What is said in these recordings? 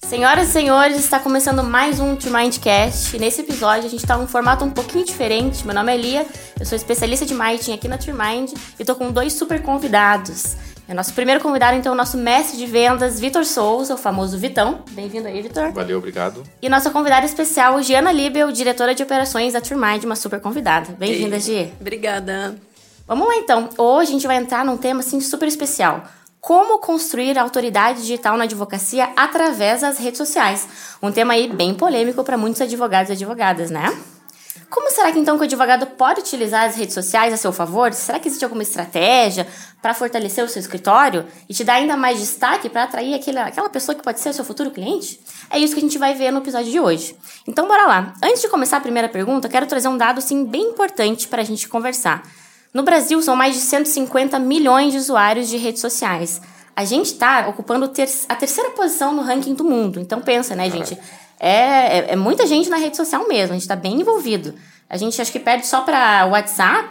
Senhoras e senhores, está começando mais um TrueMindCast. E nesse episódio a gente está num formato um pouquinho diferente. Meu nome é Lia, eu sou especialista de marketing aqui na TrueMind e estou com 2 super convidados. Nosso primeiro convidado, então, é o nosso mestre de vendas, Vitor Souza, o famoso Vitão. Bem-vindo aí, Vitor. Valeu, obrigado. E nossa convidada especial, Giana Libel, diretora de operações da TrueMind, uma super convidada. Bem-vinda, Gi. Obrigada. Vamos lá, então. Hoje a gente vai entrar num tema, assim, super especial. Como construir autoridade digital na advocacia através das redes sociais. Um tema aí bem polêmico para muitos advogados e advogadas, né? Como será que, então, que o advogado pode utilizar as redes sociais a seu favor? Será que existe alguma estratégia para fortalecer o seu escritório e te dar ainda mais destaque para atrair aquela pessoa que pode ser o seu futuro cliente? É isso que a gente vai ver no episódio de hoje. Então, bora lá. Antes de começar a primeira pergunta, quero trazer um dado, assim, bem importante para a gente conversar. No Brasil, são mais de 150 milhões de usuários de redes sociais. A gente está ocupando a terceira posição no ranking do mundo. Então, pensa, né, gente? É muita gente na rede social mesmo. A gente está bem envolvido. A gente acho que perde só para WhatsApp,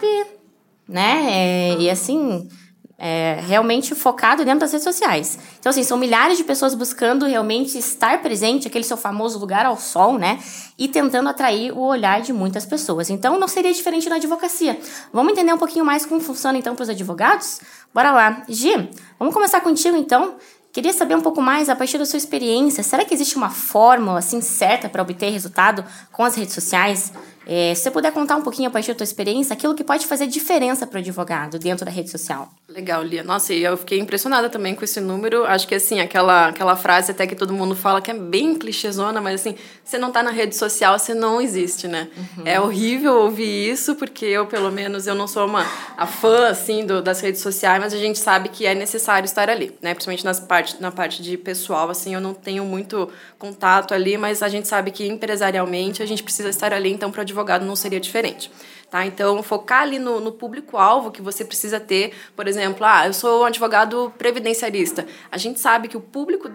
né? E assim, realmente focado dentro das redes sociais. Então, assim, são milhares de pessoas buscando realmente estar presente, aquele seu famoso lugar ao sol, né? E tentando atrair o olhar de muitas pessoas. Então, não seria diferente na advocacia. Vamos entender um pouquinho mais como funciona, então, para os advogados? Bora lá. Gi, vamos começar contigo, então. Queria saber um pouco mais, a partir da sua experiência, será que existe uma fórmula, assim, certa para obter resultado com as redes sociais? Se você puder contar um pouquinho, a partir da sua experiência, aquilo que pode fazer diferença para o advogado dentro da rede social. Legal, Lia. Nossa, e eu fiquei impressionada também com esse número. Acho que, assim, aquela frase até que todo mundo fala que é bem clichêzona, mas, assim, você não tá na rede social, você não existe, né? Uhum. É horrível ouvir isso, porque eu, pelo menos, eu não sou a fã, assim, das redes sociais, mas a gente sabe que é necessário estar ali, né? Principalmente na parte de pessoal, assim, eu não tenho muito contato ali, mas a gente sabe que empresarialmente a gente precisa estar ali, então, para o advogado não seria diferente. Tá? Então, focar ali no público-alvo que você precisa ter. Por exemplo, eu sou um advogado previdenciarista. A gente sabe que o público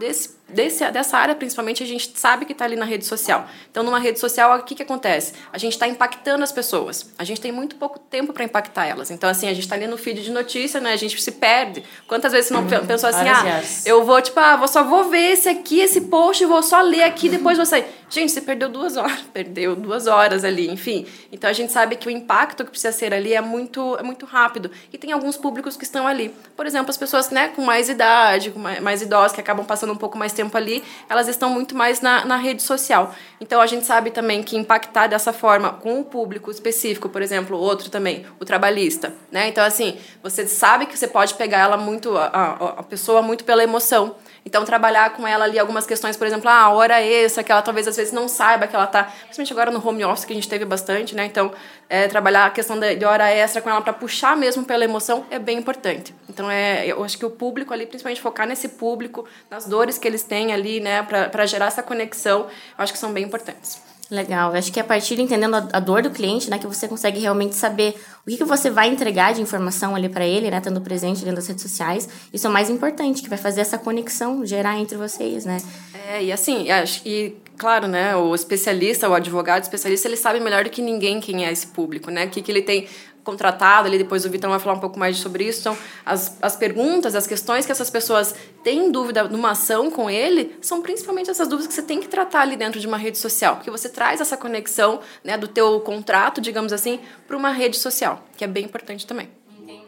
dessa área, principalmente, a gente sabe que está ali na rede social. Então, numa rede social, o que acontece? A gente está impactando as pessoas. A gente tem muito pouco tempo para impactar elas. Então, assim, a gente está ali no feed de notícia, né? A gente se perde. Quantas vezes você não pensou assim, eu vou, só vou ver esse post, vou só ler aqui, depois vou sair. Gente, você perdeu 2 horas. Perdeu 2 horas ali, enfim. Então, a gente sabe que o impacto que precisa ser ali é muito rápido. E tem alguns públicos que estão ali. Por exemplo, as pessoas, né, com mais idade, com mais idosas, que acabam passando um pouco mais tempo ali, elas estão muito mais na rede social. Então, a gente sabe também que impactar dessa forma com o público específico, por exemplo, outro também, o trabalhista, né? Então, assim, você sabe que você pode pegar ela muito, a pessoa muito pela emoção. Então, trabalhar com ela ali algumas questões, por exemplo, a hora extra, que ela talvez às vezes não saiba que ela está, principalmente agora no home office, que a gente teve bastante, né? Então, trabalhar a questão de hora extra com ela para puxar mesmo pela emoção é bem importante. Então, eu acho que o público ali, principalmente focar nesse público, nas dores que eles têm ali, né, para gerar essa conexão, eu acho que são bem importantes. Legal, eu acho que é a partir de entendendo a dor do cliente, né, que você consegue realmente saber o que você vai entregar de informação ali para ele, né, estando presente dentro das redes sociais. Isso é o mais importante, que vai fazer essa conexão gerar entre vocês, né? E assim, claro, né, o especialista, o advogado especialista, ele sabe melhor do que ninguém quem é esse público, né, o que ele tem contratado ali, depois o Vitor vai falar um pouco mais sobre isso. Então, as perguntas, as questões que essas pessoas têm dúvida numa ação com ele, são principalmente essas dúvidas que você tem que tratar ali dentro de uma rede social, porque você traz essa conexão, né, do teu contrato, digamos assim, para uma rede social, que é bem importante também. Entendi.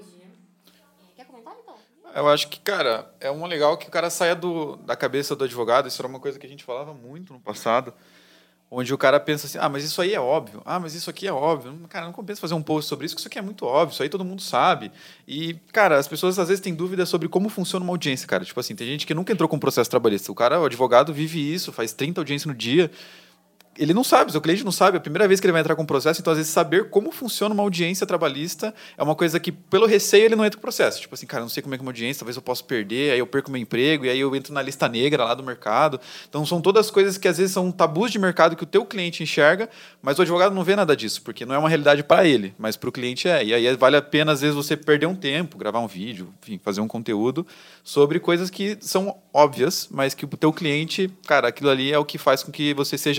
Quer comentar, então? Eu acho que, cara, é legal que o cara saia da cabeça do advogado. Isso era uma coisa que a gente falava muito no passado, onde o cara pensa assim, mas isso aí é óbvio, mas isso aqui é óbvio. Cara, não compensa fazer um post sobre isso, que isso aqui é muito óbvio, isso aí todo mundo sabe. E, cara, as pessoas às vezes têm dúvidas sobre como funciona uma audiência, cara. Tipo assim, tem gente que nunca entrou com um processo trabalhista. O advogado vive isso, faz 30 audiências no dia. Ele não sabe, o seu cliente não sabe, é a primeira vez que ele vai entrar com o processo, então às vezes saber como funciona uma audiência trabalhista é uma coisa que, pelo receio, ele não entra com o processo. Tipo assim, cara, eu não sei como é que é uma audiência, talvez eu possa perder, aí eu perco meu emprego, e aí eu entro na lista negra lá do mercado. Então são todas coisas que às vezes são tabus de mercado que o teu cliente enxerga, mas o advogado não vê nada disso, porque não é uma realidade para ele, mas para o cliente é. E aí vale a pena, às vezes, você perder um tempo, gravar um vídeo, enfim, fazer um conteúdo sobre coisas que são óbvias, mas que o teu cliente, cara, aquilo ali é o que faz com que você seja visto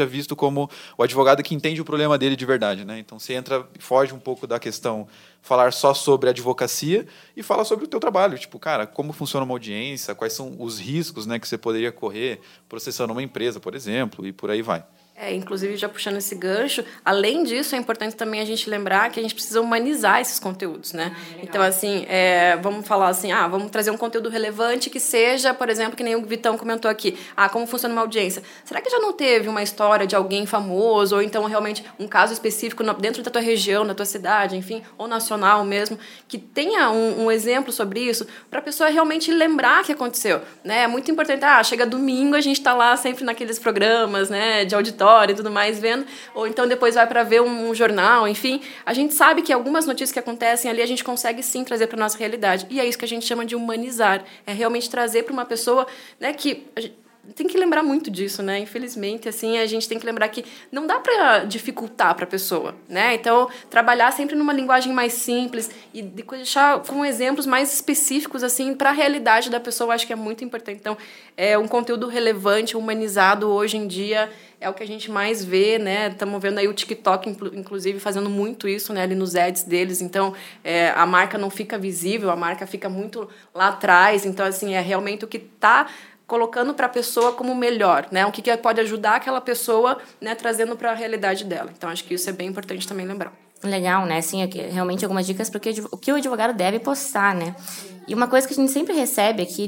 como o advogado que entende o problema dele de verdade, né? Então, você entra e foge um pouco da questão falar só sobre advocacia e fala sobre o teu trabalho. Tipo, cara, como funciona uma audiência, quais são os riscos, né, que você poderia correr processando uma empresa, por exemplo, e por aí vai. Inclusive, já puxando esse gancho, além disso, é importante também a gente lembrar que a gente precisa humanizar esses conteúdos, né? Então, assim, vamos falar assim, vamos trazer um conteúdo relevante que seja, por exemplo, que nem o Vitão comentou aqui, como funciona uma audiência. Será que já não teve uma história de alguém famoso, ou então realmente um caso específico dentro da tua região, da tua cidade, enfim, ou nacional mesmo, que tenha um exemplo sobre isso, para a pessoa realmente lembrar que aconteceu, né? É muito importante, chega domingo, a gente está lá sempre naqueles programas, né, de auditório, e tudo mais, vendo, ou então depois vai para ver um jornal, enfim, a gente sabe que algumas notícias que acontecem ali a gente consegue sim trazer para nossa realidade, e é isso que a gente chama de humanizar, é realmente trazer para uma pessoa, né, que tem que lembrar muito disso, né? Infelizmente, assim, a gente tem que lembrar que não dá para dificultar para a pessoa, né? Então, trabalhar sempre numa linguagem mais simples e deixar com exemplos mais específicos, assim, para a realidade da pessoa, eu acho que é muito importante. Então, um conteúdo relevante, humanizado, hoje em dia, é o que a gente mais vê, né? Estamos vendo aí o TikTok, inclusive, fazendo muito isso, né? Ali nos ads deles. Então, a marca não fica visível, a marca fica muito lá atrás. Então, assim, é realmente o que está colocando para a pessoa como melhor, né? O que pode ajudar aquela pessoa, né? Trazendo para a realidade dela. Então, acho que isso é bem importante também lembrar. Legal, né? Sim, realmente algumas dicas para o que o advogado deve postar, né? E uma coisa que a gente sempre recebe aqui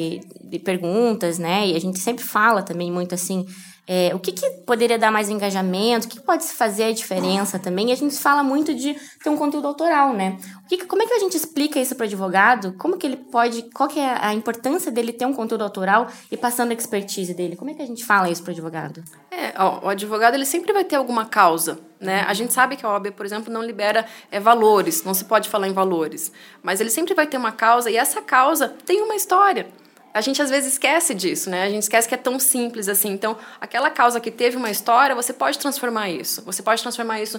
de perguntas, né? E a gente sempre fala também muito assim, o que poderia dar mais engajamento, o que pode fazer a diferença também. E a gente fala muito de ter um conteúdo autoral, né? Como é que a gente explica isso para o advogado? Como que ele pode, qual que é a importância dele ter um conteúdo autoral e passando a expertise dele? Como é que a gente fala isso para o advogado? O advogado ele sempre vai ter alguma causa, né? A gente sabe que a OAB, por exemplo, não libera valores, não se pode falar em valores, mas ele sempre vai ter uma causa e essa causa tem uma história. A gente, às vezes, esquece disso, né? A gente esquece que é tão simples assim. Então, aquela causa que teve uma história, você pode transformar isso. Você pode transformar isso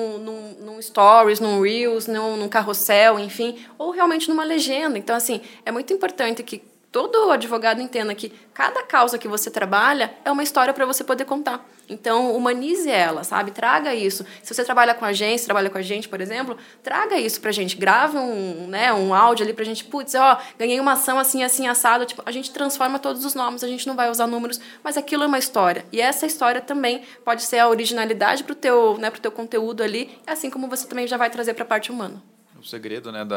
num stories, num reels, num carrossel, enfim, ou realmente numa legenda. Então, assim, é muito importante que todo advogado entenda que cada causa que você trabalha é uma história para você poder contar. Então, humanize ela, sabe? Traga isso. Se você trabalha com agência, trabalha com a gente, por exemplo, traga isso pra gente. Grave um áudio ali pra gente. Putz, ganhei uma ação assim, assim, assado. Tipo, a gente transforma todos os nomes, a gente não vai usar números, mas aquilo é uma história. E essa história também pode ser a originalidade pro teu conteúdo ali, assim como você também já vai trazer pra parte humana. O segredo, né,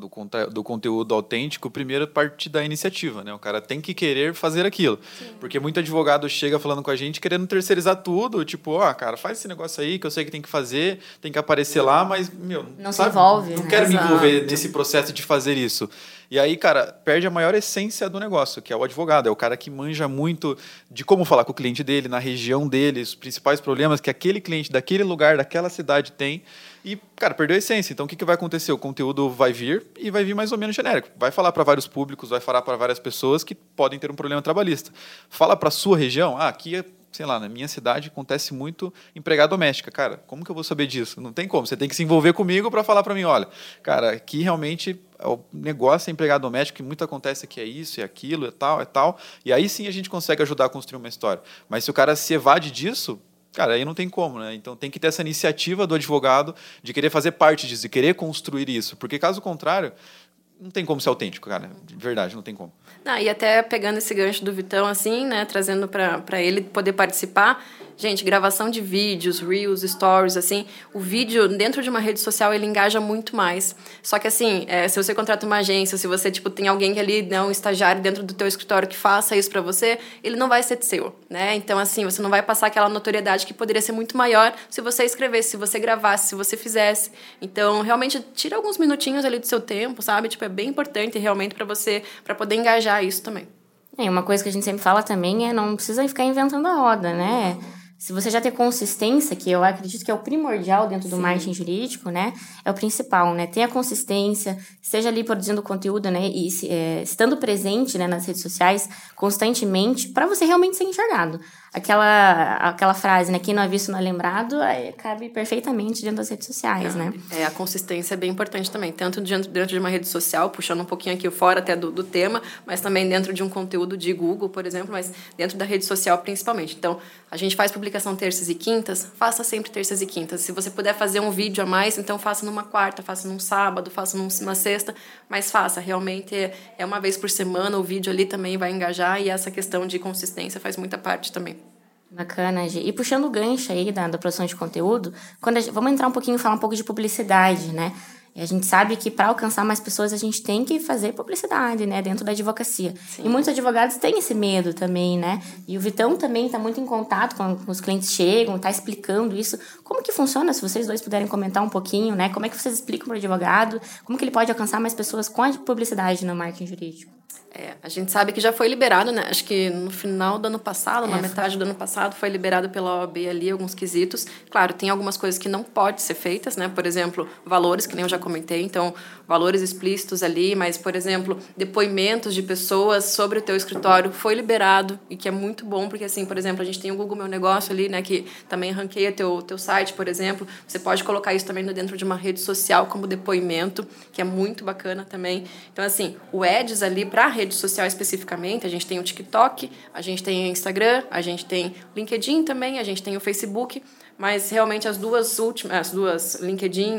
do conteúdo autêntico, primeiro parte da iniciativa, né? O cara tem que querer fazer aquilo. Sim. Porque muito advogado chega falando com a gente querendo terceirizar tudo, tipo, cara, faz esse negócio aí que eu sei que tem que fazer, tem que aparecer lá, mas, não se envolve. Não quero me envolver nesse processo de fazer isso. E aí, cara, perde a maior essência do negócio, que é o advogado. É o cara que manja muito de como falar com o cliente dele, na região dele, os principais problemas que aquele cliente daquele lugar, daquela cidade tem. E, cara, perdeu a essência. Então, o que vai acontecer? O conteúdo vai vir e vai vir mais ou menos genérico. Vai falar para vários públicos, vai falar para várias pessoas que podem ter um problema trabalhista. Fala para a sua região, aqui sei lá, na minha cidade acontece muito empregada doméstica. Cara, como que eu vou saber disso? Não tem como. Você tem que se envolver comigo para falar para mim, olha, cara, aqui realmente o negócio é empregado doméstico, que muito acontece aqui é isso, é aquilo, é tal. E aí sim a gente consegue ajudar a construir uma história. Mas se o cara se evade disso, cara, aí não tem como, né? Então tem que ter essa iniciativa do advogado de querer fazer parte disso, de querer construir isso. Porque caso contrário, não tem como ser autêntico, cara. De verdade, não tem como. E até pegando esse gancho do Vitão, assim, né? Trazendo para ele poder participar. Gente, gravação de vídeos, reels, stories, assim, o vídeo dentro de uma rede social, ele engaja muito mais. Só que, assim, se você contrata uma agência, se você, tem alguém que ali, um estagiário dentro do teu escritório que faça isso para você, ele não vai ser seu, né? Então, assim, você não vai passar aquela notoriedade que poderia ser muito maior se você escrevesse, se você gravasse, se você fizesse. Então, realmente, tira alguns minutinhos ali do seu tempo, sabe? É bem importante, realmente, para poder engajar isso também. Uma coisa que a gente sempre fala também não precisa ficar inventando a roda, né? Se você já tem consistência, que eu acredito que é o primordial dentro do marketing jurídico, né? É o principal, né? Tenha consistência, esteja ali produzindo conteúdo, né? E estando presente, né, nas redes sociais constantemente, para você realmente ser enxergado. aquela frase, né? Quem não é visto não é lembrado, aí cabe perfeitamente dentro das redes sociais, né? A consistência é bem importante também, tanto dentro de uma rede social, puxando um pouquinho aqui fora até do tema, mas também dentro de um conteúdo de Google, por exemplo, mas dentro da rede social principalmente. Então, a gente faz publicação terças e quintas, faça sempre terças e quintas. Se você puder fazer um vídeo a mais, então faça numa quarta, faça num sábado, faça numa sexta, mas faça. Realmente é uma vez por semana, o vídeo ali também vai engajar e essa questão de consistência faz muita parte também. Bacana, Gi. E puxando o gancho aí da produção de conteúdo, vamos entrar um pouquinho, falar um pouco de publicidade, né? E a gente sabe que para alcançar mais pessoas a gente tem que fazer publicidade, né, dentro da advocacia. Sim. E muitos advogados têm esse medo também, né? E o Vitão também está muito em contato com os clientes chegam, está explicando isso. Como que funciona? Se vocês dois puderem comentar um pouquinho, né? Como é que vocês explicam para o advogado? Como que ele pode alcançar mais pessoas com a publicidade no marketing jurídico? A gente sabe que já foi liberado, né? Acho que no final do ano passado, na metade do ano passado, foi liberado pela OAB ali alguns quesitos. Claro, tem algumas coisas que não podem ser feitas, né? Por exemplo, valores, que nem eu já comentei. Então, valores explícitos ali, mas, por exemplo, depoimentos de pessoas sobre o teu escritório foi liberado e que é muito bom, porque, assim, por exemplo, a gente tem o Google Meu Negócio ali, né? Que também ranqueia teu site, por exemplo. Você pode colocar isso também dentro de uma rede social como depoimento, que é muito bacana também. Então, assim, o Ads ali para a rede social especificamente, a gente tem o TikTok, a gente tem o Instagram, a gente tem o LinkedIn também, a gente tem o Facebook, mas realmente as duas, LinkedIn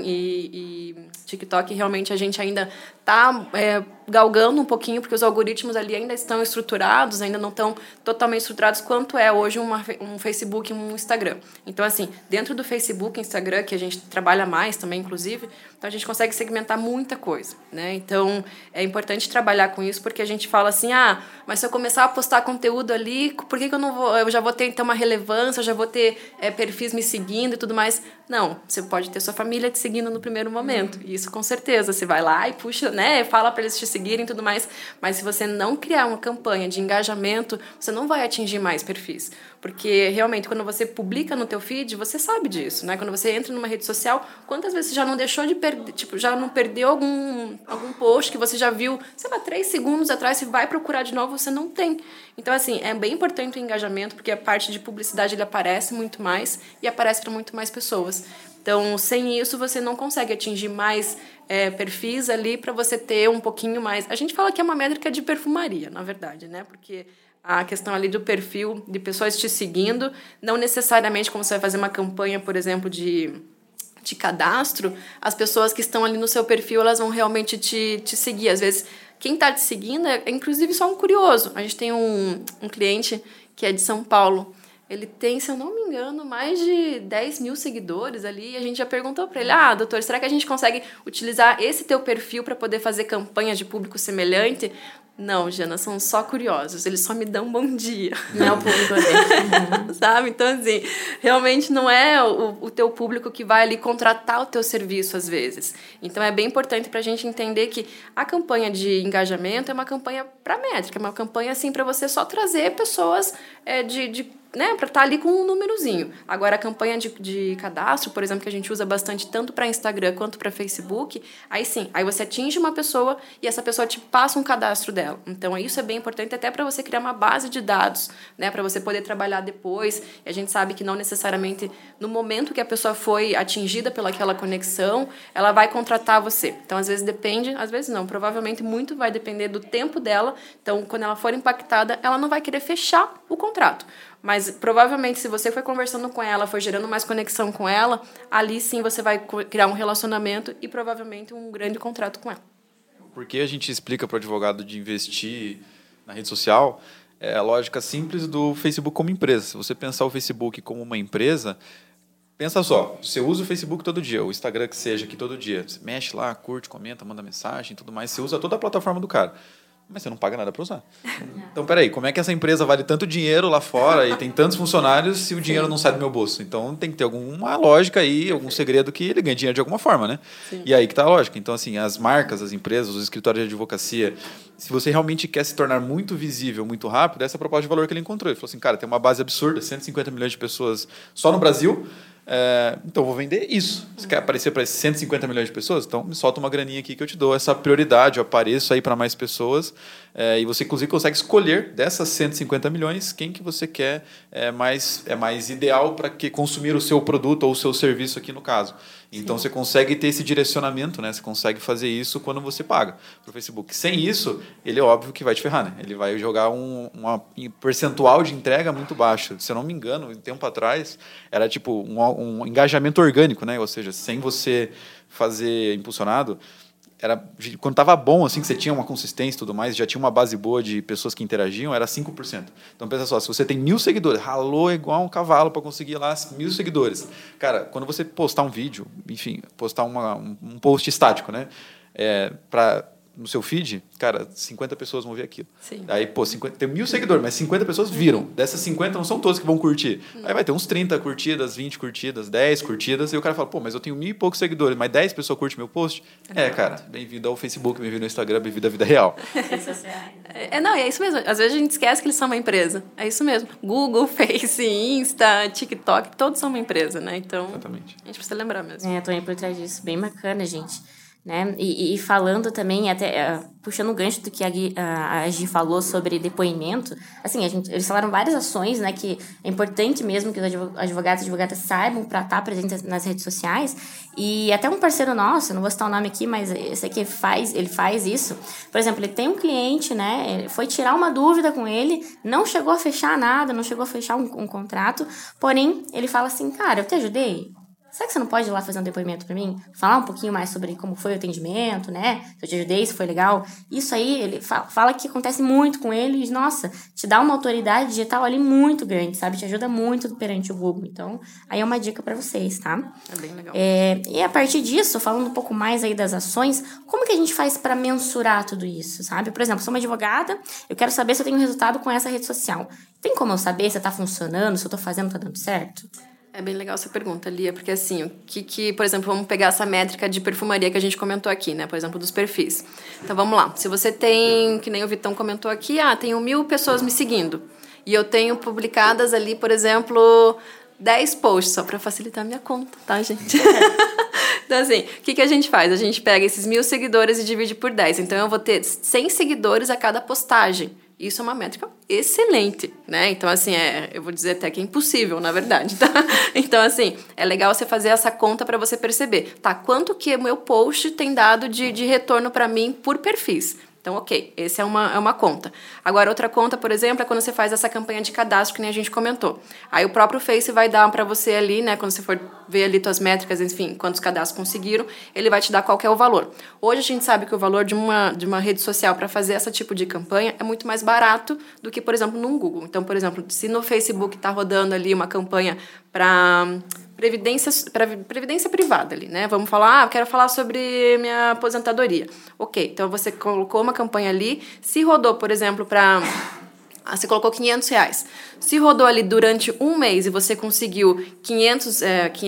e TikTok, realmente a gente ainda está galgando um pouquinho, porque os algoritmos ali ainda estão estruturados, ainda não estão totalmente estruturados quanto é hoje um Facebook e um Instagram. Então, assim, dentro do Facebook e Instagram, que a gente trabalha mais também, inclusive, então a gente consegue segmentar muita coisa, né? Então, é importante trabalhar com isso, porque a gente fala assim, mas se eu começar a postar conteúdo ali, por que eu não vou, eu já vou ter, então, uma relevância, eu já vou ter perfis me seguindo e tudo mais? Não, você pode ter sua família te seguindo no primeiro momento, isso com certeza, você vai lá e puxa, né, fala para eles te seguirem e tudo mais, mas se você não criar uma campanha de engajamento, você não vai atingir mais perfis, porque realmente quando você publica no teu feed, você sabe disso, né? Quando você entra numa rede social, quantas vezes você já não deixou de perder, já não perdeu algum post que você já viu, sei lá, 3 segundos atrás, você vai procurar de novo, você não tem. Então, assim, é bem importante o engajamento, porque a parte de publicidade ele aparece muito mais e aparece para muito mais pessoas. Então, sem isso, você não consegue atingir mais perfis ali para você ter um pouquinho mais... A gente fala que é uma métrica de perfumaria, na verdade, né? Porque a questão ali do perfil de pessoas te seguindo, não necessariamente como você vai fazer uma campanha, por exemplo, de cadastro, as pessoas que estão ali no seu perfil, elas vão realmente te seguir. Às vezes, quem está te seguindo é, inclusive, só um curioso. A gente tem um cliente que é de São Paulo. Ele tem, se eu não me engano, mais de 10 mil seguidores ali. E a gente já perguntou para ele, doutor, será que a gente consegue utilizar esse teu perfil para poder fazer campanhas de público semelhante? Não, Jana, são só curiosos. Eles só me dão bom dia. Não é o público dele. Sabe? Então, assim, realmente não é o teu público que vai ali contratar o teu serviço, às vezes. Então, é bem importante para a gente entender que a campanha de engajamento é uma campanha para métrica, é uma campanha, assim, para você só trazer pessoas né, para estar ali com um númerozinho. Agora, a campanha de cadastro, por exemplo, que a gente usa bastante tanto para Instagram quanto para Facebook, aí sim, aí você atinge uma pessoa e essa pessoa te passa um cadastro dela. Então, isso é bem importante até para você criar uma base de dados, né, para você poder trabalhar depois. E a gente sabe que não necessariamente no momento que a pessoa foi atingida pelaquela conexão, ela vai contratar você. Então, às vezes depende, às vezes não. Provavelmente muito vai depender do tempo dela. Então, quando ela for impactada, ela não vai querer fechar o contrato. Mas, provavelmente, se você foi conversando com ela, foi gerando mais conexão com ela, ali sim você vai criar um relacionamento e, provavelmente, um grande contrato com ela. Por que a gente explica para o advogado de investir na rede social? É a lógica simples do Facebook como empresa. Se você pensar o Facebook como uma empresa, pensa só, você usa o Facebook todo dia, o Instagram que seja aqui todo dia, você mexe lá, curte, comenta, manda mensagem e tudo mais, você usa toda a plataforma do cara. Mas você não paga nada para usar. Então, peraí, como é que essa empresa vale tanto dinheiro lá fora e tem tantos funcionários se o dinheiro não sai do meu bolso? Então, tem que ter alguma lógica aí, algum segredo que ele ganhe dinheiro de alguma forma, né? Sim. E aí que está a lógica. Então, assim, as marcas, as empresas, os escritórios de advocacia, se você realmente quer se tornar muito visível, muito rápido, essa é a proposta de valor que ele encontrou. Ele falou assim, cara, tem uma base absurda, 150 milhões de pessoas só no Brasil, Então, eu vou vender isso. Você quer aparecer para 150 milhões de pessoas? Então, me solta uma graninha aqui que eu te dou essa prioridade. Eu apareço aí para mais pessoas. E você, inclusive, consegue escolher dessas 150 milhões quem que você quer mais ideal para consumir o seu produto ou o seu serviço aqui no caso. Então, você consegue ter esse direcionamento, né? Você consegue fazer isso quando você paga para o Facebook. Sem isso, ele é óbvio que vai te ferrar, né? Ele vai jogar um percentual de entrega muito baixo. Se eu não me engano, um tempo atrás, era tipo um engajamento orgânico, né? Ou seja, sem você fazer impulsionado, quando estava bom, assim, que você tinha uma consistência e tudo mais, já tinha uma base boa de pessoas que interagiam, era 5%. Então, pensa só, se você tem 1.000 seguidores, ralou igual um cavalo para conseguir lá 1.000 seguidores. Cara, quando você postar um vídeo, enfim, postar um post estático, né? No seu feed, cara, 50 pessoas vão ver aquilo. Sim. Aí, tem 1.000 seguidores, mas 50 pessoas viram. Dessas 50, não são todos que vão curtir. Aí vai ter uns 30 curtidas, 20 curtidas, 10 curtidas, e o cara fala, mas eu tenho 1.000 e poucos seguidores, mas 10 pessoas curtem meu post? Cara, bem-vindo ao Facebook, bem-vindo ao Instagram, bem-vindo à vida real. É isso mesmo. Às vezes a gente esquece que eles são uma empresa. É isso mesmo. Google, Face, Insta, TikTok, todos são uma empresa, né? Então, exatamente. A gente precisa lembrar mesmo. Tô aí por trás disso. Bem bacana, gente. Né? E falando também, até puxando o gancho do que a Gi falou sobre depoimento, assim, eles falaram várias ações, né, que é importante mesmo que os advogados e advogadas saibam para estar presentes nas redes sociais. E até um parceiro nosso, não vou citar o nome aqui, mas esse aqui ele faz isso. Por exemplo, ele tem um cliente, né, foi tirar uma dúvida com ele, não chegou a fechar nada, não chegou a fechar um contrato, porém, ele fala assim, cara, eu te ajudei? Será que você não pode ir lá fazer um depoimento para mim? Falar um pouquinho mais sobre como foi o atendimento, né? Se eu te ajudei, se foi legal. Isso aí, ele fala que acontece muito com ele e, nossa, te dá uma autoridade digital ali muito grande, sabe? Te ajuda muito perante o Google. Então, aí é uma dica para vocês, tá? É bem legal. E a partir disso, falando um pouco mais aí das ações, como que a gente faz para mensurar tudo isso, sabe? Por exemplo, sou uma advogada, eu quero saber se eu tenho resultado com essa rede social. Tem como eu saber se tá funcionando, se eu tô fazendo, tá dando certo? É bem legal essa pergunta, Lia, porque assim, por exemplo, vamos pegar essa métrica de perfumaria que a gente comentou aqui, né? Por exemplo, dos perfis. Então, vamos lá. Se você tem, que nem o Vitão comentou aqui, tenho 1.000 pessoas me seguindo. E eu tenho publicadas ali, por exemplo, 10 posts, só para facilitar a minha conta, tá, gente? Então, assim, o que a gente faz? A gente pega esses 1.000 seguidores e divide por 10. Então, eu vou ter 100 seguidores a cada postagem. Isso é uma métrica excelente, né? Então, assim, eu vou dizer até que é impossível, na verdade, tá? Então, assim, é legal você fazer essa conta para você perceber, tá? Quanto que o meu post tem dado de retorno para mim por perfis? Então, ok, essa é uma conta. Agora, outra conta, por exemplo, é quando você faz essa campanha de cadastro, que nem a gente comentou. Aí o próprio Face vai dar para você ali, né, quando você for ver ali suas métricas, enfim, quantos cadastros conseguiram, ele vai te dar qual que é o valor. Hoje a gente sabe que o valor de uma rede social para fazer esse tipo de campanha é muito mais barato do que, por exemplo, no Google. Então, por exemplo, se no Facebook está rodando ali uma campanha para previdência privada ali, né? Vamos falar, eu quero falar sobre minha aposentadoria. Ok, então você colocou uma campanha ali, se rodou, por exemplo, você colocou R$500. Se rodou ali durante um mês e você conseguiu 500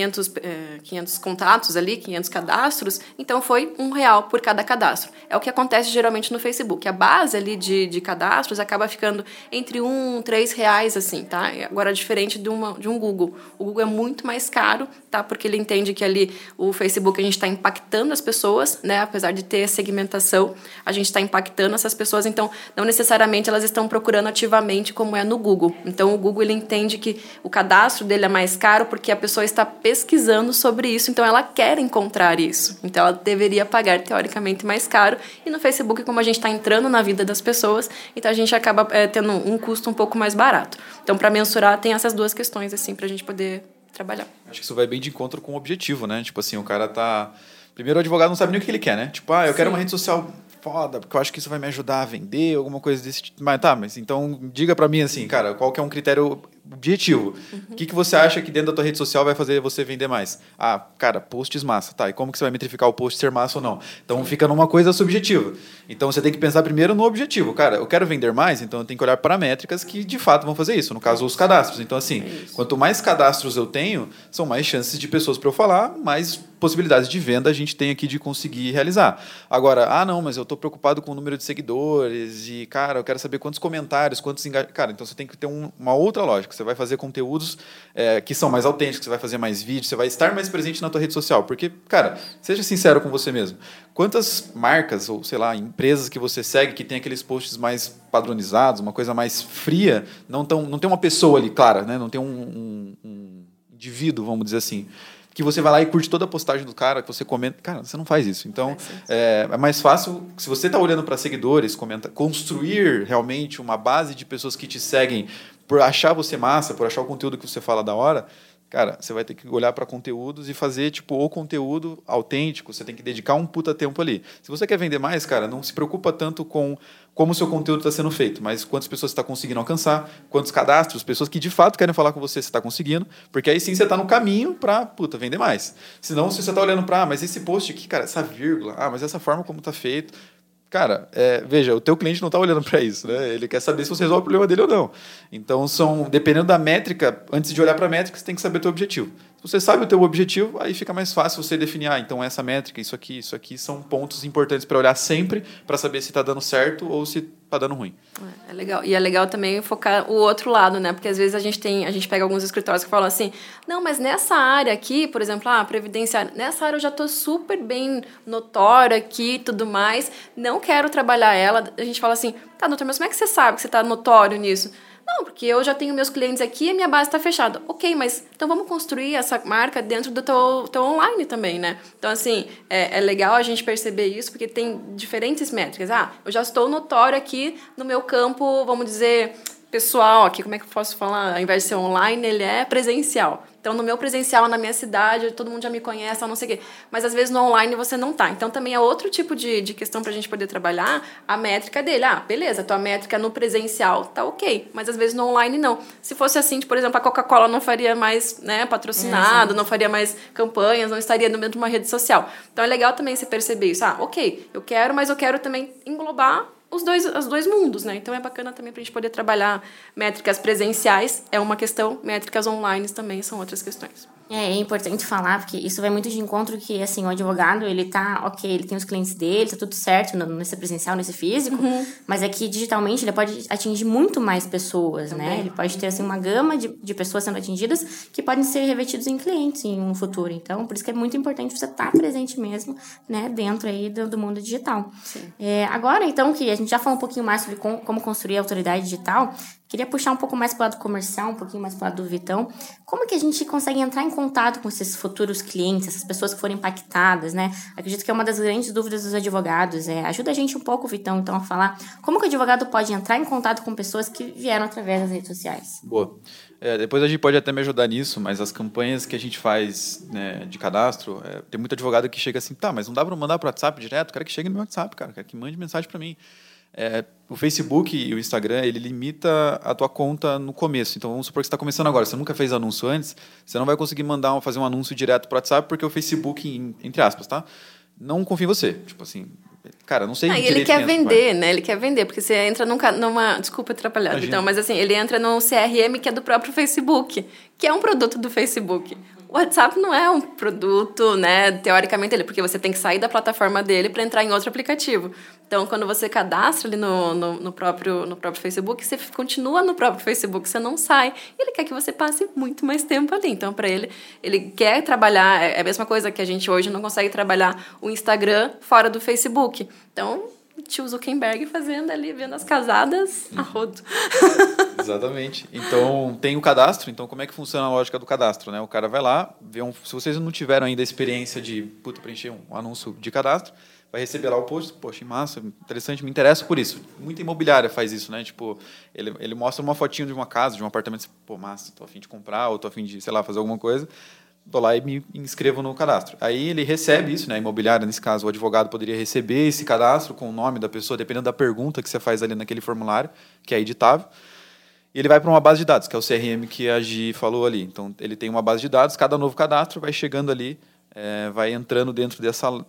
contatos ali, 500 cadastros, então foi R$1 por cada cadastro. É o que acontece geralmente no Facebook. A base ali de cadastros acaba ficando entre R$1 e R$3, assim, tá? Agora, diferente de um Google. O Google é muito mais caro, tá? Porque ele entende que ali o Facebook a gente está impactando as pessoas, né? Apesar de ter segmentação, a gente está impactando essas pessoas, então não necessariamente elas estão procurando ativamente como é no Google. Então, o Google ele entende que o cadastro dele é mais caro porque a pessoa está pesquisando sobre isso, então ela quer encontrar isso. Então, ela deveria pagar, teoricamente, mais caro. E no Facebook, como a gente está entrando na vida das pessoas, então a gente acaba tendo um custo um pouco mais barato. Então, para mensurar, tem essas duas questões, assim, para a gente poder trabalhar. Acho que isso vai bem de encontro com o objetivo, né? Tipo assim, o cara tá... Primeiro, o advogado não sabe nem o que ele quer, né? Tipo, eu quero uma rede social foda, porque eu acho que isso vai me ajudar a vender, alguma coisa desse tipo. Mas então diga pra mim assim, cara, qual que é um critério objetivo? O que você acha que dentro da tua rede social vai fazer você vender mais? Cara, posts massa, tá, e como que você vai metrificar o post ser massa ou não? Então fica numa coisa subjetiva. Então você tem que pensar primeiro no objetivo. Cara, eu quero vender mais, então eu tenho que olhar para métricas que de fato vão fazer isso, no caso os cadastros. Então assim, quanto mais cadastros eu tenho, são mais chances de pessoas para eu falar, mais possibilidades de venda a gente tem aqui de conseguir realizar. Agora, não, mas eu estou preocupado com o número de seguidores e, cara, eu quero saber quantos comentários, quantos engajados. Cara, então você tem que ter uma outra lógica. você vai fazer conteúdos que são mais autênticos, você vai fazer mais vídeos, você vai estar mais presente na tua rede social. Porque, cara, seja sincero com você mesmo. Quantas marcas ou, sei lá, empresas que você segue que tem aqueles posts mais padronizados, uma coisa mais fria, não tem uma pessoa ali, clara, né? Não tem um indivíduo, vamos dizer assim, que você vai lá e curte toda a postagem do cara, que você comenta. Cara, você não faz isso. Então, é mais fácil, se você está olhando para seguidores, construir realmente uma base de pessoas que te seguem por achar você massa, por achar o conteúdo que você fala da hora. Cara, você vai ter que olhar para conteúdos e fazer, o conteúdo autêntico. Você tem que dedicar um puta tempo ali. Se você quer vender mais, cara, não se preocupa tanto com como o seu conteúdo está sendo feito, mas quantas pessoas você está conseguindo alcançar, quantos cadastros, pessoas que de fato querem falar com você, você está conseguindo, porque aí sim você está no caminho para, vender mais. Senão, se você está olhando para, mas esse post aqui, cara, essa vírgula, mas essa forma como está feito... Cara, veja, o teu cliente não está olhando para isso, né? Ele quer saber se você resolve o problema dele ou não. Então, dependendo da métrica, antes de olhar para a métrica, você tem que saber o teu objetivo. Se você sabe o teu objetivo, aí fica mais fácil você definir, então essa métrica, isso aqui são pontos importantes para olhar sempre, para saber se está dando certo ou se está dando ruim. É legal. E é legal também focar o outro lado, né? Porque às vezes a gente pega alguns escritórios que falam assim, não, mas nessa área aqui, por exemplo, previdenciária, nessa área eu já estou super bem notória aqui e tudo mais, não quero trabalhar ela. A gente fala assim, tá, doutor, mas como é que você sabe que você está notório nisso? Não, porque eu já tenho meus clientes aqui e a minha base está fechada. Ok, mas então vamos construir essa marca dentro do teu online também, né? Então, assim, é legal a gente perceber isso, porque tem diferentes métricas. Eu já estou notório aqui no meu campo, vamos dizer, pessoal, aqui, como é que eu posso falar? Ao invés de ser online, ele é presencial. Então, no meu presencial, na minha cidade, todo mundo já me conhece, não sei o quê. Mas, às vezes, no online você não tá. Então, também é outro tipo de questão para a gente poder trabalhar a métrica dele. Beleza, a tua métrica no presencial tá ok. Mas, às vezes, no online, não. Se fosse assim, por exemplo, a Coca-Cola não faria mais patrocinado, não faria mais campanhas, não estaria dentro de uma rede social. Então, é legal também você perceber isso. Ok, eu quero, mas eu quero também englobar os dois mundos, né? Então é bacana também para a gente poder trabalhar métricas presenciais, é uma questão, métricas online também são outras questões. É importante falar, porque isso vai muito de encontro que, assim, o advogado, ele tá, ok, ele tem os clientes dele, tá tudo certo nesse presencial, nesse físico, mas é que digitalmente ele pode atingir muito mais pessoas, também, né? Ele pode ter, assim, uma gama de pessoas sendo atingidas que podem ser revestidos em clientes em um futuro. Então, por isso que é muito importante você estar presente mesmo, né, dentro aí do mundo digital. Agora, então, que a gente já falou um pouquinho mais sobre como construir a autoridade digital, queria puxar um pouco mais para o lado comercial, um pouquinho mais para o lado do Vitão. Como que a gente consegue entrar em contato com esses futuros clientes, essas pessoas que foram impactadas, né? Acredito que é uma das grandes dúvidas dos advogados. Ajuda a gente um pouco, Vitão, então, a falar como que o advogado pode entrar em contato com pessoas que vieram através das redes sociais. Boa. Depois a gente pode até me ajudar nisso, mas as campanhas que a gente faz, né, de cadastro, tem muito advogado que chega assim, tá, mas não dá para mandar para o WhatsApp direto? Quero que chegue no meu WhatsApp, cara, quero que mande mensagem para mim. O Facebook e o Instagram, ele limita a tua conta no começo. Então, vamos supor que você está começando agora. Você nunca fez anúncio antes, você não vai conseguir fazer um anúncio direto para o WhatsApp, porque o Facebook, entre aspas, tá? Não confia em você. Tipo assim, cara, não sei... ele quer vender, né? Ele quer vender, porque você entra numa... Desculpa atrapalhar, então, mas assim, ele entra num CRM que é do próprio Facebook, que é um produto do Facebook. O WhatsApp não é um produto, né, teoricamente, porque você tem que sair da plataforma dele para entrar em outro aplicativo. Então, quando você cadastra ali no próprio Facebook, você continua no próprio Facebook, você não sai. E ele quer que você passe muito mais tempo ali. Então, para ele quer trabalhar... É a mesma coisa que a gente hoje não consegue trabalhar o Instagram fora do Facebook. Então... tio Zuckerberg fazendo ali, vendo as casadas a rodo. Exatamente. Então, tem o cadastro. Então, como é que funciona a lógica do cadastro, né? O cara vai lá, se vocês não tiveram ainda a experiência de preencher um anúncio de cadastro, vai receber lá o post, poxa, massa, interessante, me interessa por isso. Muita imobiliária faz isso, né? Tipo, ele mostra uma fotinho de uma casa, de um apartamento, pô, massa, tô a fim de comprar, ou tô a fim de, sei lá, fazer alguma coisa, vou lá e me inscrevo no cadastro. Aí ele recebe isso, né? A imobiliária, nesse caso, o advogado poderia receber esse cadastro com o nome da pessoa, dependendo da pergunta que você faz ali naquele formulário, que é editável. E ele vai para uma base de dados, que é o CRM que a Gi falou ali. Então, ele tem uma base de dados, cada novo cadastro vai chegando ali, vai entrando dentro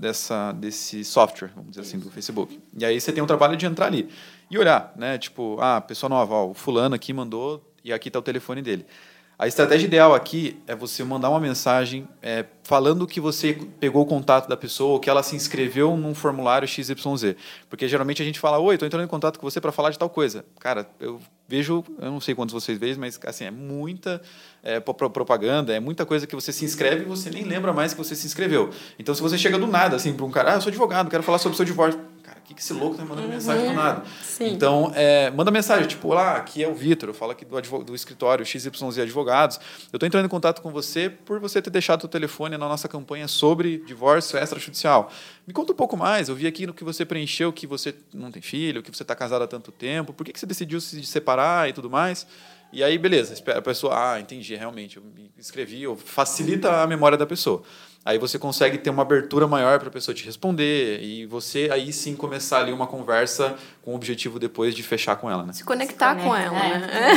desse software, vamos dizer assim, do Facebook. E aí você tem o trabalho de entrar ali e olhar, né? Tipo, pessoa nova, o fulano aqui mandou e aqui está o telefone dele. A estratégia ideal aqui é você mandar uma mensagem falando que você pegou o contato da pessoa ou que ela se inscreveu num formulário XYZ. Porque geralmente a gente fala, oi, estou entrando em contato com você para falar de tal coisa. Cara, eu vejo, eu não sei quantos vocês veem, mas assim, é muita propaganda, é muita coisa que você se inscreve e você nem lembra mais que você se inscreveu. Então, se você chega do nada, assim, para um cara, eu sou advogado, quero falar sobre o seu divórcio. Cara, o que esse louco tá me mandando mensagem do nada? Sim. Então, manda mensagem, tipo, aqui é o Vitor, eu falo aqui do escritório XYZ Advogados, eu estou entrando em contato com você por você ter deixado o telefone na nossa campanha sobre divórcio extrajudicial. Me conta um pouco mais, eu vi aqui no que você preencheu que você não tem filho, que você está casado há tanto tempo, por que você decidiu se separar e tudo mais? E aí, beleza, a pessoa, entendi, realmente, eu me inscrevi, facilita a memória da pessoa. Aí você consegue ter uma abertura maior para a pessoa te responder e você aí sim começar ali uma conversa com o objetivo depois de fechar com ela, né? Se conectar com ela, né?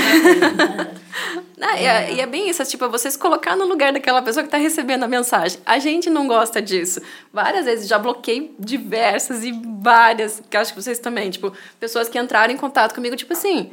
E é bem isso, tipo, você se colocar no lugar daquela pessoa que está recebendo a mensagem. A gente não gosta disso. Várias vezes já bloqueei diversas e várias, que acho que vocês também, tipo, pessoas que entraram em contato comigo, tipo assim,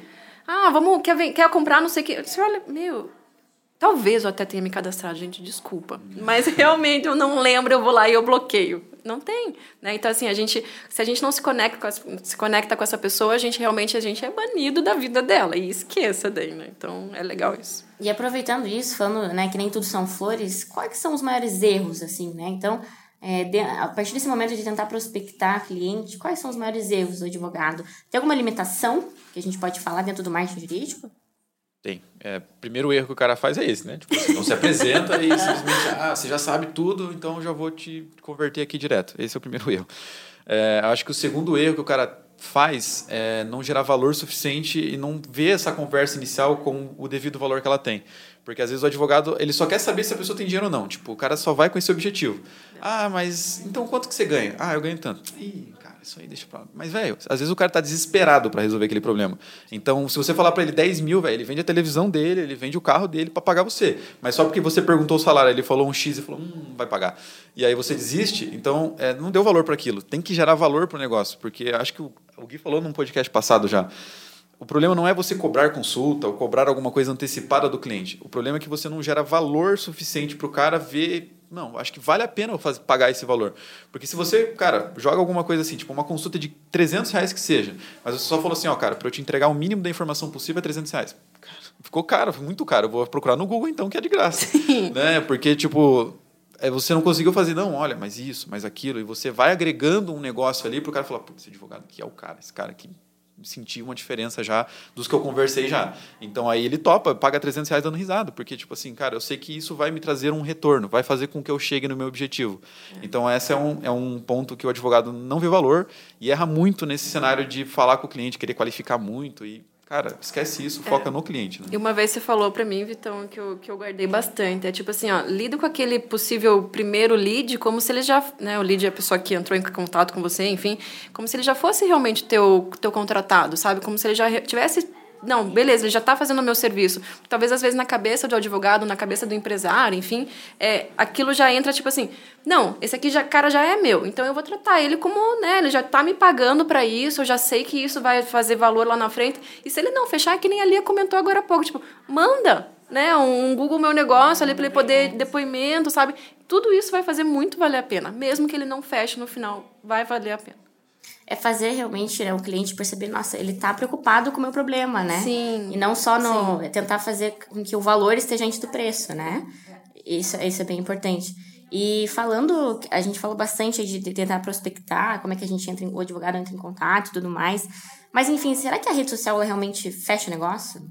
quer comprar não sei o que. Você olha, talvez eu até tenha me cadastrado, gente, desculpa. Mas realmente eu não lembro, eu vou lá e eu bloqueio. Não tem, né? Então, assim, se a gente não se conecta com essa pessoa, a gente é banido da vida dela. E esqueça daí, né? Então, é legal isso. E aproveitando isso, falando, né, que nem tudo são flores, quais são os maiores erros, assim, né? Então, a partir desse momento de tentar prospectar cliente, quais são os maiores erros do advogado? Tem alguma limitação que a gente pode falar dentro do marketing jurídico? Tem. Primeiro erro que o cara faz é esse, né? Tipo, você não se apresenta e simplesmente, você já sabe tudo, então eu já vou te converter aqui direto. Esse é o primeiro erro. Acho que o segundo erro que o cara faz é não gerar valor suficiente e não ver essa conversa inicial com o devido valor que ela tem. Porque às vezes o advogado ele só quer saber se a pessoa tem dinheiro ou não. Tipo, o cara só vai com esse objetivo. Mas então quanto que você ganha? Eu ganho tanto. Cara, isso aí deixa pra lá. Mas, velho, às vezes o cara tá desesperado para resolver aquele problema. Então, se você falar para ele 10 mil, velho, ele vende a televisão dele, ele vende o carro dele para pagar você. Mas só porque você perguntou o salário, ele falou um X e falou, vai pagar. E aí você desiste, então não deu valor para aquilo. Tem que gerar valor pro negócio, porque acho que o Gui falou num podcast passado já. O problema não é você cobrar consulta ou cobrar alguma coisa antecipada do cliente. O problema é que você não gera valor suficiente para o cara ver... Não, acho que vale a pena pagar esse valor. Porque se você, cara, joga alguma coisa assim, tipo uma consulta de R$300 que seja, mas você só falou assim, cara, para eu te entregar o mínimo da informação possível é R$300. Cara, ficou caro, foi muito caro. Eu vou procurar no Google então, que é de graça. Né? Porque, tipo... você não conseguiu fazer, olha, mas isso, mas aquilo. E você vai agregando um negócio ali para o cara falar, esse advogado aqui é o cara, esse cara aqui... senti uma diferença já dos que eu conversei já. Então, aí ele topa, paga R$300 dando risada, porque, tipo assim, cara, eu sei que isso vai me trazer um retorno, vai fazer com que eu chegue no meu objetivo. Então, esse é um ponto que o advogado não vê valor e erra muito nesse cenário de falar com o cliente, querer qualificar muito e... Cara, esquece isso, foca no cliente. Né? E uma vez você falou pra mim, Vitão, que eu guardei bastante. É tipo assim, lida com aquele possível primeiro lead como se ele já... Né, o lead é a pessoa que entrou em contato com você, enfim. Como se ele já fosse realmente teu contratado, sabe? Como se ele já tivesse... Não, beleza, ele já está fazendo o meu serviço. Talvez, às vezes, na cabeça do advogado, na cabeça do empresário, enfim, aquilo já entra, tipo assim, não, esse aqui cara já é meu, então eu vou tratar ele como, né, ele já está me pagando para isso, eu já sei que isso vai fazer valor lá na frente. E se ele não fechar, é que nem a Lia comentou agora há pouco, tipo, manda, né, um Google Meu Negócio ali para ele poder depoimento, sabe? Tudo isso vai fazer muito valer a pena, mesmo que ele não feche no final, vai valer a pena. É fazer realmente, né, o cliente perceber, nossa, ele tá preocupado com o meu problema, né? Sim. E não só tentar fazer com que o valor esteja antes do preço, né? Isso é bem importante. E falando, a gente falou bastante de tentar prospectar, como é que o advogado entra em contato e tudo mais. Mas, enfim, será que a rede social ela realmente fecha o negócio?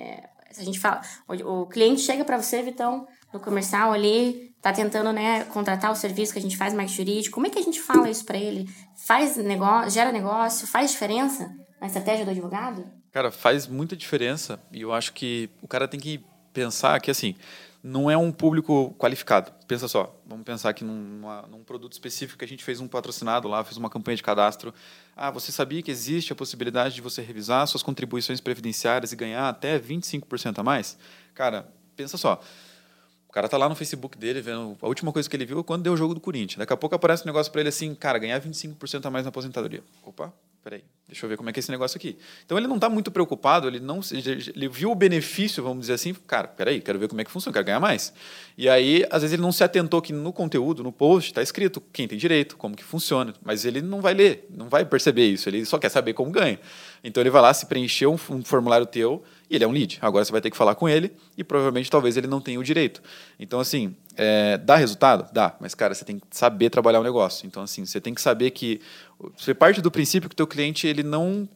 Se a gente fala, o cliente chega para você, Vitão, no comercial ali, tá tentando, né, contratar o serviço que a gente faz marketing jurídico. Como é que a gente fala isso para ele? Faz negócio, gera negócio, faz diferença na estratégia do advogado? Cara, faz muita diferença e eu acho que o cara tem que pensar que, assim, não é um público qualificado. Pensa só, vamos pensar aqui num produto específico que a gente fez um patrocinado lá, fez uma campanha de cadastro. Você sabia que existe a possibilidade de você revisar suas contribuições previdenciárias e ganhar até 25% a mais? Cara, pensa só. O cara tá lá no Facebook dele, vendo a última coisa que ele viu quando deu o jogo do Corinthians. Daqui a pouco aparece um negócio para ele assim, cara, ganhar 25% a mais na aposentadoria. Opa, peraí, deixa eu ver como é que é esse negócio aqui. Então, ele não está muito preocupado, ele viu o benefício, vamos dizer assim, cara, peraí, quero ver como é que funciona, quero ganhar mais. E aí, às vezes, ele não se atentou que no conteúdo, no post, está escrito quem tem direito, como que funciona, mas ele não vai ler, não vai perceber isso, ele só quer saber como ganha. Então, ele vai lá, se preencher um formulário teu, e ele é um lead. Agora, você vai ter que falar com ele, e provavelmente, talvez, ele não tenha o direito. Então, assim, dá resultado? Dá, mas, cara, você tem que saber trabalhar o negócio. Então, assim, você tem que saber que você parte do princípio que o teu cliente ele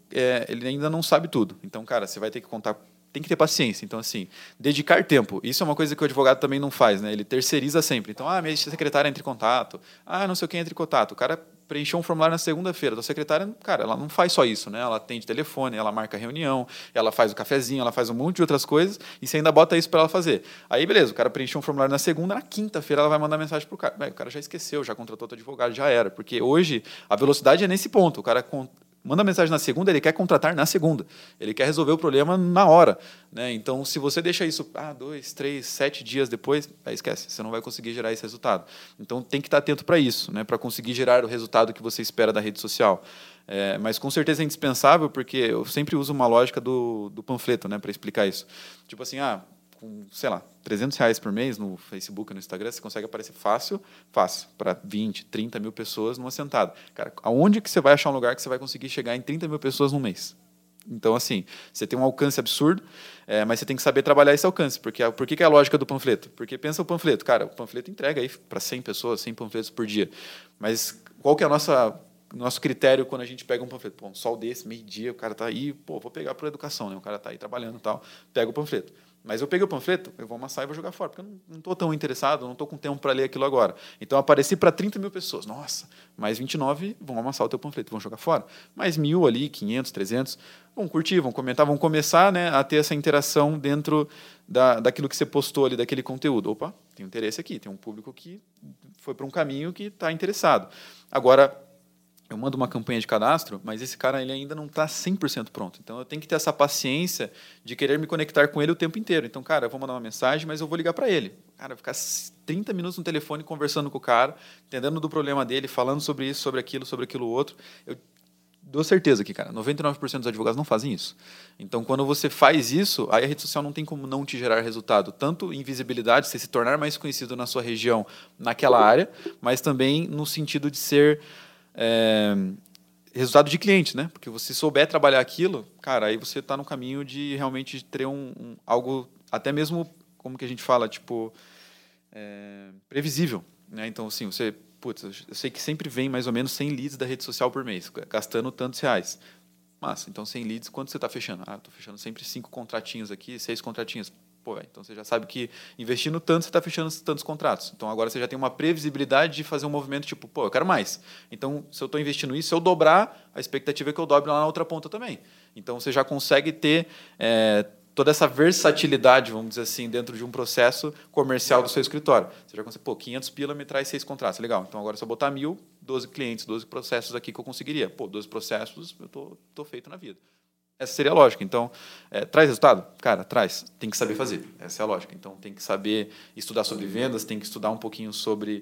ainda não sabe tudo. Então, cara, você vai ter que contar, tem que ter paciência. Então, assim, dedicar tempo. Isso é uma coisa que o advogado também não faz, né? Ele terceiriza sempre. Então, minha secretária entra em contato. Não sei quem entra em contato. O cara preencheu um formulário na segunda-feira. A secretária, cara, ela não faz só isso, né? Ela atende telefone, ela marca reunião, ela faz o cafezinho, ela faz um monte de outras coisas e você ainda bota isso para ela fazer. Aí, beleza, o cara preencheu um formulário na segunda, na quinta-feira ela vai mandar mensagem pro cara. O cara já esqueceu, já contratou outro advogado, já era. Porque hoje a velocidade é nesse ponto. O cara manda mensagem na segunda, ele quer contratar na segunda. Ele quer resolver o problema na hora, né? Então, se você deixa isso 2, 3, 7 dias depois, esquece, você não vai conseguir gerar esse resultado. Então, tem que estar atento para isso, né? Para conseguir gerar o resultado que você espera da rede social. Mas, com certeza, é indispensável, porque eu sempre uso uma lógica do panfleto, né? Para explicar isso. Tipo assim, com, sei lá, R$300 por mês no Facebook, no Instagram, você consegue aparecer fácil, para 20, 30 mil pessoas numa sentada. Cara, aonde que você vai achar um lugar que você vai conseguir chegar em 30 mil pessoas num mês? Então, assim, você tem um alcance absurdo, mas você tem que saber trabalhar esse alcance. Por que é a lógica do panfleto? Porque pensa o panfleto. Cara, o panfleto entrega aí para 100 pessoas, 100 panfletos por dia. Mas qual que é nosso critério quando a gente pega um panfleto? Um sol desse, meio-dia, o cara está aí, vou pegar por educação, né? O cara está aí trabalhando e tal, pega o panfleto. Mas eu peguei o panfleto, eu vou amassar e vou jogar fora, porque eu não estou tão interessado, não estou com tempo para ler aquilo agora. Então, eu apareci para 30 mil pessoas. Nossa, mais 29 vão amassar o teu panfleto, vão jogar fora. Mais 1.000 ali, 500, 300, vão curtir, vão comentar, vão começar, né, a ter essa interação dentro daquilo que você postou ali, daquele conteúdo. Opa, tem um interesse aqui, tem um público que foi para um caminho que está interessado. Agora, eu mando uma campanha de cadastro, mas esse cara ele ainda não está 100% pronto. Então, eu tenho que ter essa paciência de querer me conectar com ele o tempo inteiro. Então, cara, eu vou mandar uma mensagem, mas eu vou ligar para ele. Cara, ficar 30 minutos no telefone conversando com o cara, entendendo do problema dele, falando sobre isso, sobre aquilo outro. Eu dou certeza que, cara, 99% dos advogados não fazem isso. Então, quando você faz isso, aí a rede social não tem como não te gerar resultado. Tanto em visibilidade, você se tornar mais conhecido na sua região, naquela área, mas também no sentido de ser... resultado de cliente, né? Porque você souber trabalhar aquilo, cara, aí você está no caminho de realmente ter algo, até mesmo, como que a gente fala, tipo, previsível, né? Então, assim, eu sei que sempre vem mais ou menos 100 leads da rede social por mês, gastando tantos reais. Massa, então 100 leads, quanto você está fechando? Estou fechando sempre 5 contratinhos aqui, 6 contratinhos. Então você já sabe que investindo tanto, você está fechando tantos contratos. Então agora você já tem uma previsibilidade de fazer um movimento tipo, eu quero mais. Então, se eu estou investindo isso, se eu dobrar, a expectativa é que eu dobre lá na outra ponta também. Então você já consegue ter toda essa versatilidade, vamos dizer assim, dentro de um processo comercial do seu escritório. Você já consegue, 500 pila me traz 6 contratos. Legal. Então agora se eu botar 1.000, 12 clientes, 12 processos aqui que eu conseguiria. 12 processos, eu estou feito na vida. Essa seria a lógica. Então, traz resultado? Cara, traz. Tem que saber fazer. Essa é a lógica. Então, tem que saber estudar sobre vendas, tem que estudar um pouquinho sobre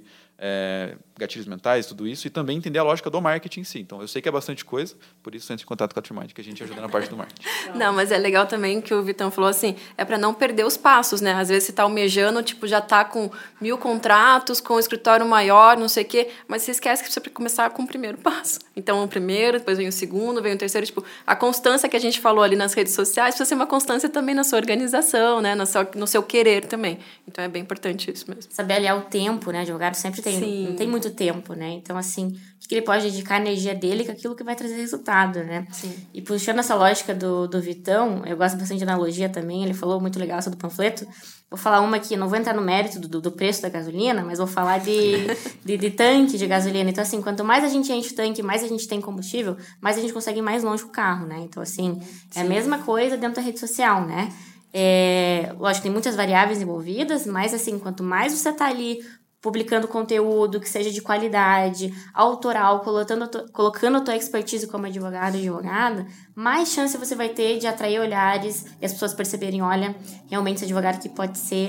gatilhos mentais, tudo isso, e também entender a lógica do marketing em si. Então, eu sei que é bastante coisa, por isso entre em contato com a Trimind, que a gente ajuda na parte do marketing. Não, mas é legal também que o Vitão falou assim, para não perder os passos, né? Às vezes você está almejando, já está com 1.000 contratos, com um escritório maior, não sei o quê, mas você esquece que você precisa começar com o primeiro passo. Então, o primeiro, depois vem o segundo, vem o terceiro, a constância que a gente falou ali nas redes sociais precisa ser uma constância também na sua organização, né? No seu querer também. Então, é bem importante isso mesmo. Saber aliar o tempo, né? Advogado sempre não tem muito tempo, né? Então, assim, o que ele pode dedicar a energia dele com aquilo que vai trazer resultado, né? Sim. E puxando essa lógica do Vitão, eu gosto bastante de analogia também, ele falou muito legal sobre o panfleto. Vou falar uma aqui, não vou entrar no mérito do preço da gasolina, mas vou falar de tanque de gasolina. Então, assim, quanto mais a gente enche o tanque, mais a gente tem combustível, mais a gente consegue ir mais longe com o carro, né? Então, assim, é a mesma coisa dentro da rede social, né? Lógico, tem muitas variáveis envolvidas, mas, assim, quanto mais você tá ali publicando conteúdo que seja de qualidade, autoral, colocando a tua expertise como advogado e advogada, mais chance você vai ter de atrair olhares e as pessoas perceberem, olha, realmente esse advogado aqui pode ser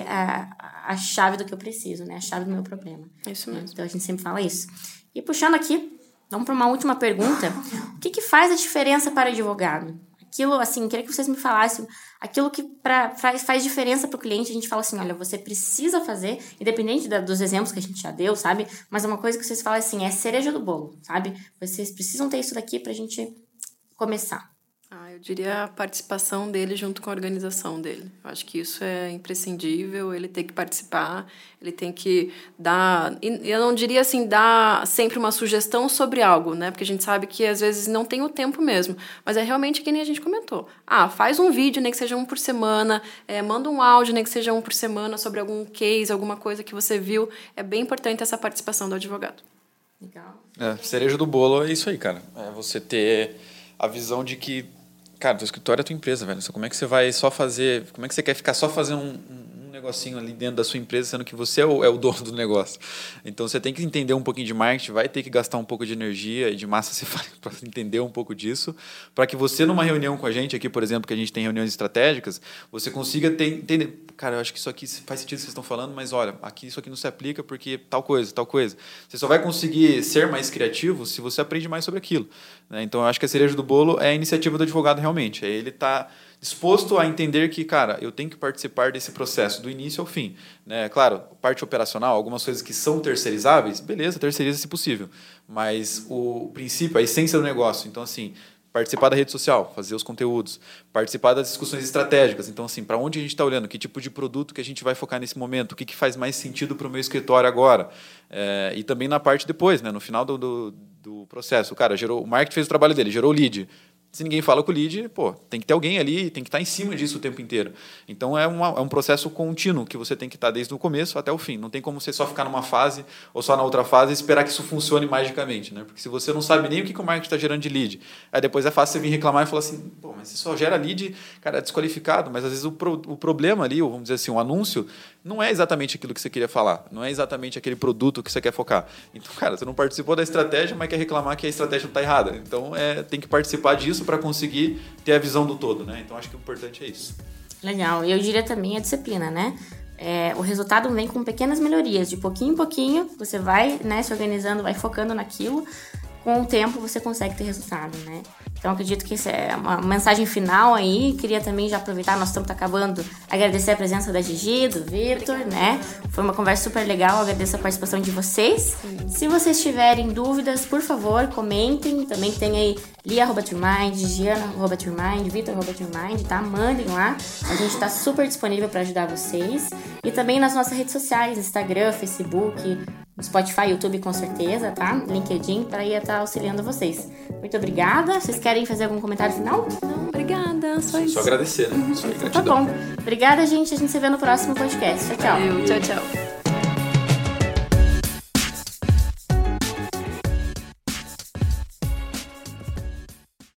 a chave do que eu preciso, né? A chave do meu problema. Isso mesmo. Então, a gente sempre fala isso. E puxando aqui Vamos para uma última pergunta. O que faz a diferença para o advogado? Aquilo, assim, queria que vocês me falassem aquilo que faz diferença para o cliente. A gente fala assim, olha, você precisa fazer, independente dos exemplos que a gente já deu, sabe? Mas é uma coisa que vocês falam assim, é cereja do bolo, sabe? Vocês precisam ter isso daqui para a gente começar. Eu diria a participação dele junto com a organização dele. Eu acho que isso é imprescindível, ele tem que participar, ele tem que dar... Eu não diria assim, dar sempre uma sugestão sobre algo, né? Porque a gente sabe que às vezes não tem o tempo mesmo, mas é realmente que nem a gente comentou. Faz um vídeo, nem que seja um por semana, manda um áudio, nem que seja um por semana, sobre algum case, alguma coisa que você viu. É bem importante essa participação do advogado. Legal. Cereja do bolo é isso aí, cara. É você ter a visão de que, cara, teu escritório é a tua empresa, velho. Como é que você vai só fazer... Como é que você quer ficar só fazendo um negocinho ali dentro da sua empresa, sendo que você é o dono do negócio? Então, você tem que entender um pouquinho de marketing, vai ter que gastar um pouco de energia e de massa cefálica para entender um pouco disso, para que você, numa reunião com a gente aqui, por exemplo, que a gente tem reuniões estratégicas, você consiga entender... Cara, eu acho que isso aqui faz sentido o que vocês estão falando, mas olha, isso aqui não se aplica porque tal coisa. Você só vai conseguir ser mais criativo se você aprende mais sobre aquilo, né? Então, eu acho que a cereja do bolo é a iniciativa do advogado realmente. É ele tá disposto a entender que, cara, eu tenho que participar desse processo do início ao fim, né? Claro, parte operacional, algumas coisas que são terceirizáveis, beleza, terceiriza se possível. Mas o princípio, a essência do negócio, então, assim, participar da rede social, fazer os conteúdos, participar das discussões estratégicas. Então, assim, para onde a gente está olhando, que tipo de produto que a gente vai focar nesse momento, o que faz mais sentido para o meu escritório agora. E também na parte depois, né, no final do processo. O cara o marketing fez o trabalho dele, gerou o lead. Se ninguém fala com o lead, tem que ter alguém ali, tem que estar em cima disso o tempo inteiro. Então, é um processo contínuo que você tem que estar desde o começo até o fim. Não tem como você só ficar numa fase ou só na outra fase e esperar que isso funcione magicamente, né? Porque se você não sabe nem o que o marketing está gerando de lead, aí depois é fácil você vir reclamar e falar assim, mas você só gera lead, cara, é desqualificado. Mas às vezes o problema ali, ou vamos dizer assim, o anúncio, não é exatamente aquilo que você queria falar, não é exatamente aquele produto que você quer focar. Então, cara, você não participou da estratégia, mas quer reclamar que a estratégia não está errada. Então, tem que participar disso para conseguir ter a visão do todo, né? Então, acho que o importante é isso. Legal. E eu diria também a disciplina, né? O resultado vem com pequenas melhorias. De pouquinho em pouquinho, você vai, né, se organizando, vai focando naquilo. Com o tempo, você consegue ter resultado, né? Então, acredito que essa é uma mensagem final aí. Queria também já aproveitar, nós estamos acabando, agradecer a presença da Gigi, do Vitor, né? Foi uma conversa super legal, agradeço a participação de vocês. Se vocês tiverem dúvidas, por favor, comentem. Também tem aí Lia@TrueMind, Giana@TrueMind, Vitor@TrueMind, tá? Mandem lá. A gente está super disponível para ajudar vocês. E também nas nossas redes sociais, Instagram, Facebook, Spotify, YouTube com certeza, tá? LinkedIn, para ir estar auxiliando vocês. Muito obrigada. Vocês querem fazer algum comentário final? Não, obrigada. Só isso. Só agradecer, né? Só tá bom. Obrigada, gente. A gente se vê no próximo podcast. Tchau, tchau. Valeu, tchau, tchau.